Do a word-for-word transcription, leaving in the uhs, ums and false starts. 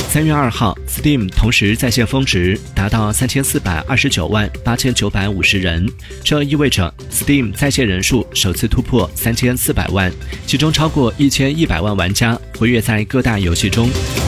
三月二号 ，Steam 同时在线峰值达到三千四百二十九万八千九百五十人，这意味着 Steam 在线人数首次突破三千四百万，其中超过一千一百万玩家活跃在各大游戏中。